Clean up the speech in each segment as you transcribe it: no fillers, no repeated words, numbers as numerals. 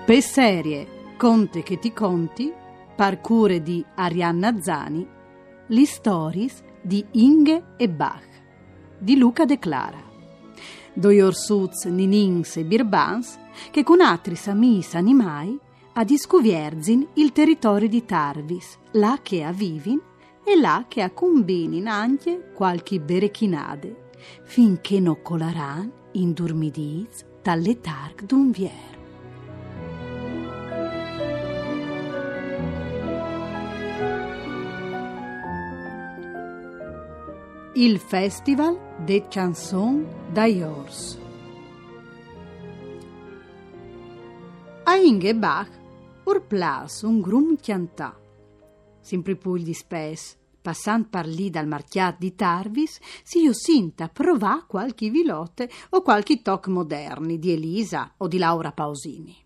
Per serie Conte che ti conti, parcure di Arianna Zani, le stories di Inge e Bach, di Luca De Clara. Doi orsuz, ninins e birbans, che con altri samis animai a discuvierzin il territorio di Tarvis, là che a vivin e là che a combinin anche qualche berechinade, finché no colaran in durmidiz dalle targ d'un vier. Il Festival des Chansons d'Ayors. A Inge Bach urplas un grum chiantà. Sempre poi di spes, passant par lì dal marchiat di Tarvis, si io sinta provà qualche vilotte o qualche toc moderni di Elisa o di Laura Pausini.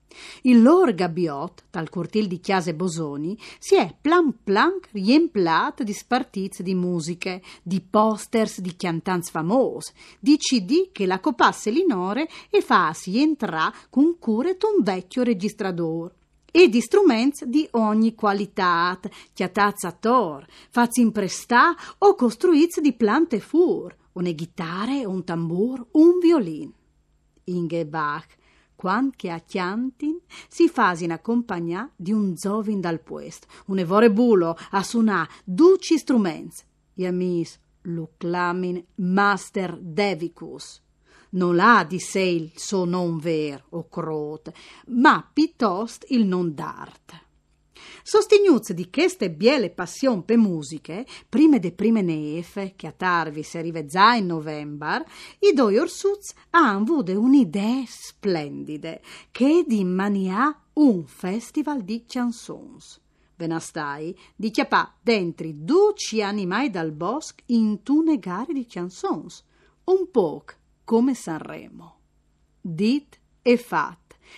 Il lor gabbiot, dal cortil di Chiase Bosoni, si è plan plan riemplat di spartiz di musiche, di posters di chiantanz famos, di CD che la copasse l'inore e fasi entrà con curet un vecchio registrador, e di struments di ogni qualità, chiataz a tor, fazzi imprestà o costruiz di plante fur, une chitarre, un tambur, un violin. Inge Bach, quan che a chiantin si fasin accompagnà di un zovin dal puest, un evore bulo a sunà duci struments, e a mis lo clamin Master Devicus. Non l'ha di sé il so non ver o crot, ma piuttosto il non d'art. Sostignuz di queste biele passion pe musiche, prime de prime nefe, che a Tarvis arrivezzà in novembre, i doi orsuz han avuto un'idea splendide, che di manià un festival di chansons. Venastai di chiappà dentri 12 animai dal bosco in tune gare di chansons, un poc come Sanremo. Dit e fat.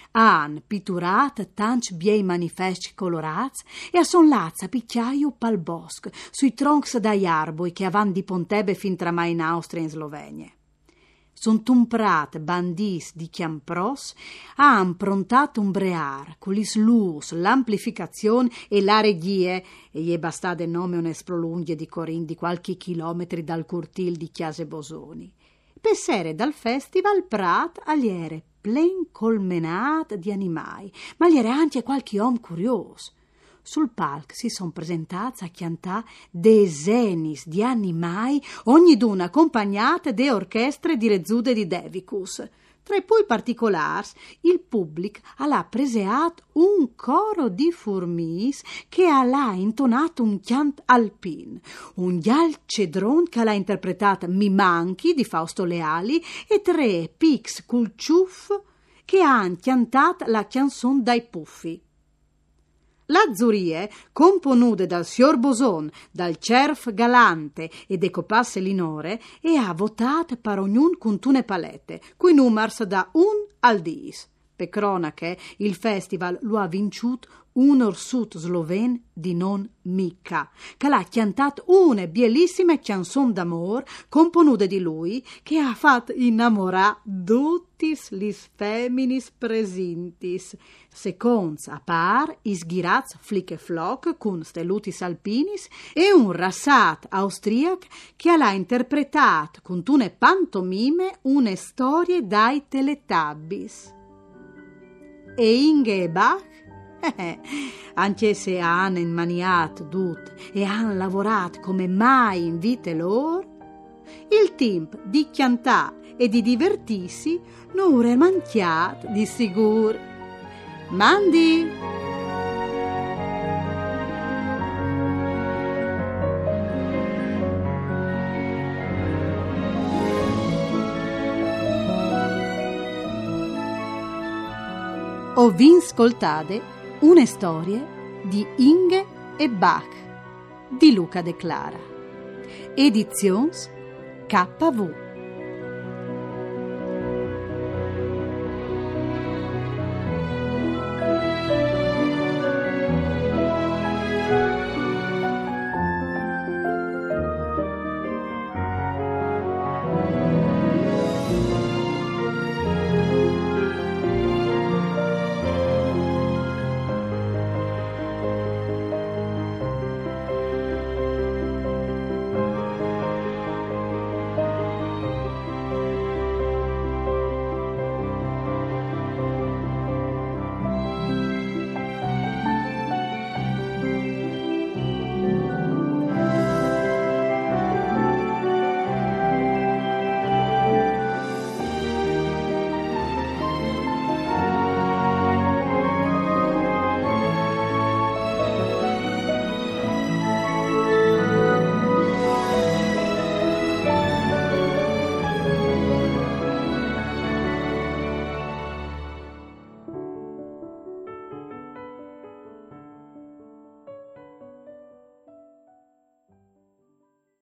Han pitturat tanti biei manifesti colorats e a son lazza picchiaio pal bosco, sui troncs dai arboi che avan di Pontebe fin tramai in Austria e in Slovenia. Son tumprat bandis di chiampros, han prontato un brear, con gli slus, l'amplificazione e la reghie, e gli è bastate nome un'esprolunghie di Corin di qualche chilometri dal cortil di Chiase Bosoni. Per sere dal festival Prat agliere plen colmenat di animai, ma gli era anche qualche om curioso. Sul palco si son presentati a chiantà desenis di animai, ogniduna accompagnata de orchestre di Rezzude di Devicus. Tra i poi particolari, il pubblic ha preseat un coro di furmis che ha intonato un chiant alpin, un gial cedron che ha interpretato Mi manchi di Fausto Leali e 3 pix cul ciuff che han chiantat la chanson dai puffi. L'azzurie, componude dal signor Boson, dal cerf galante e de copasse linore, e ha votate per ognun cuntune palette, cui numers da 1 al 10. Per cronache, il festival lo ha vinciut un orsut sloven di non Mica, che l'ha chiantat une bielissime chanson d'amor componude di lui, che ha fatto innamorà duttis lis feminis presintis, seconds a par is ghirats flic e floc cun stelutis alpinis e un rassat austriac che l'ha interpretat con tune pantomime une storie dai Teletubbies. E Inge e Bach, anche se han inmaniat dut e han lavorat come mai in vite lor, il tempo di chiantà e di divertirsi non è manchiat di sicur. Mandi! Ho vinscoltate una storia di Inge e Bach di Luca De Clara. Edizions KV.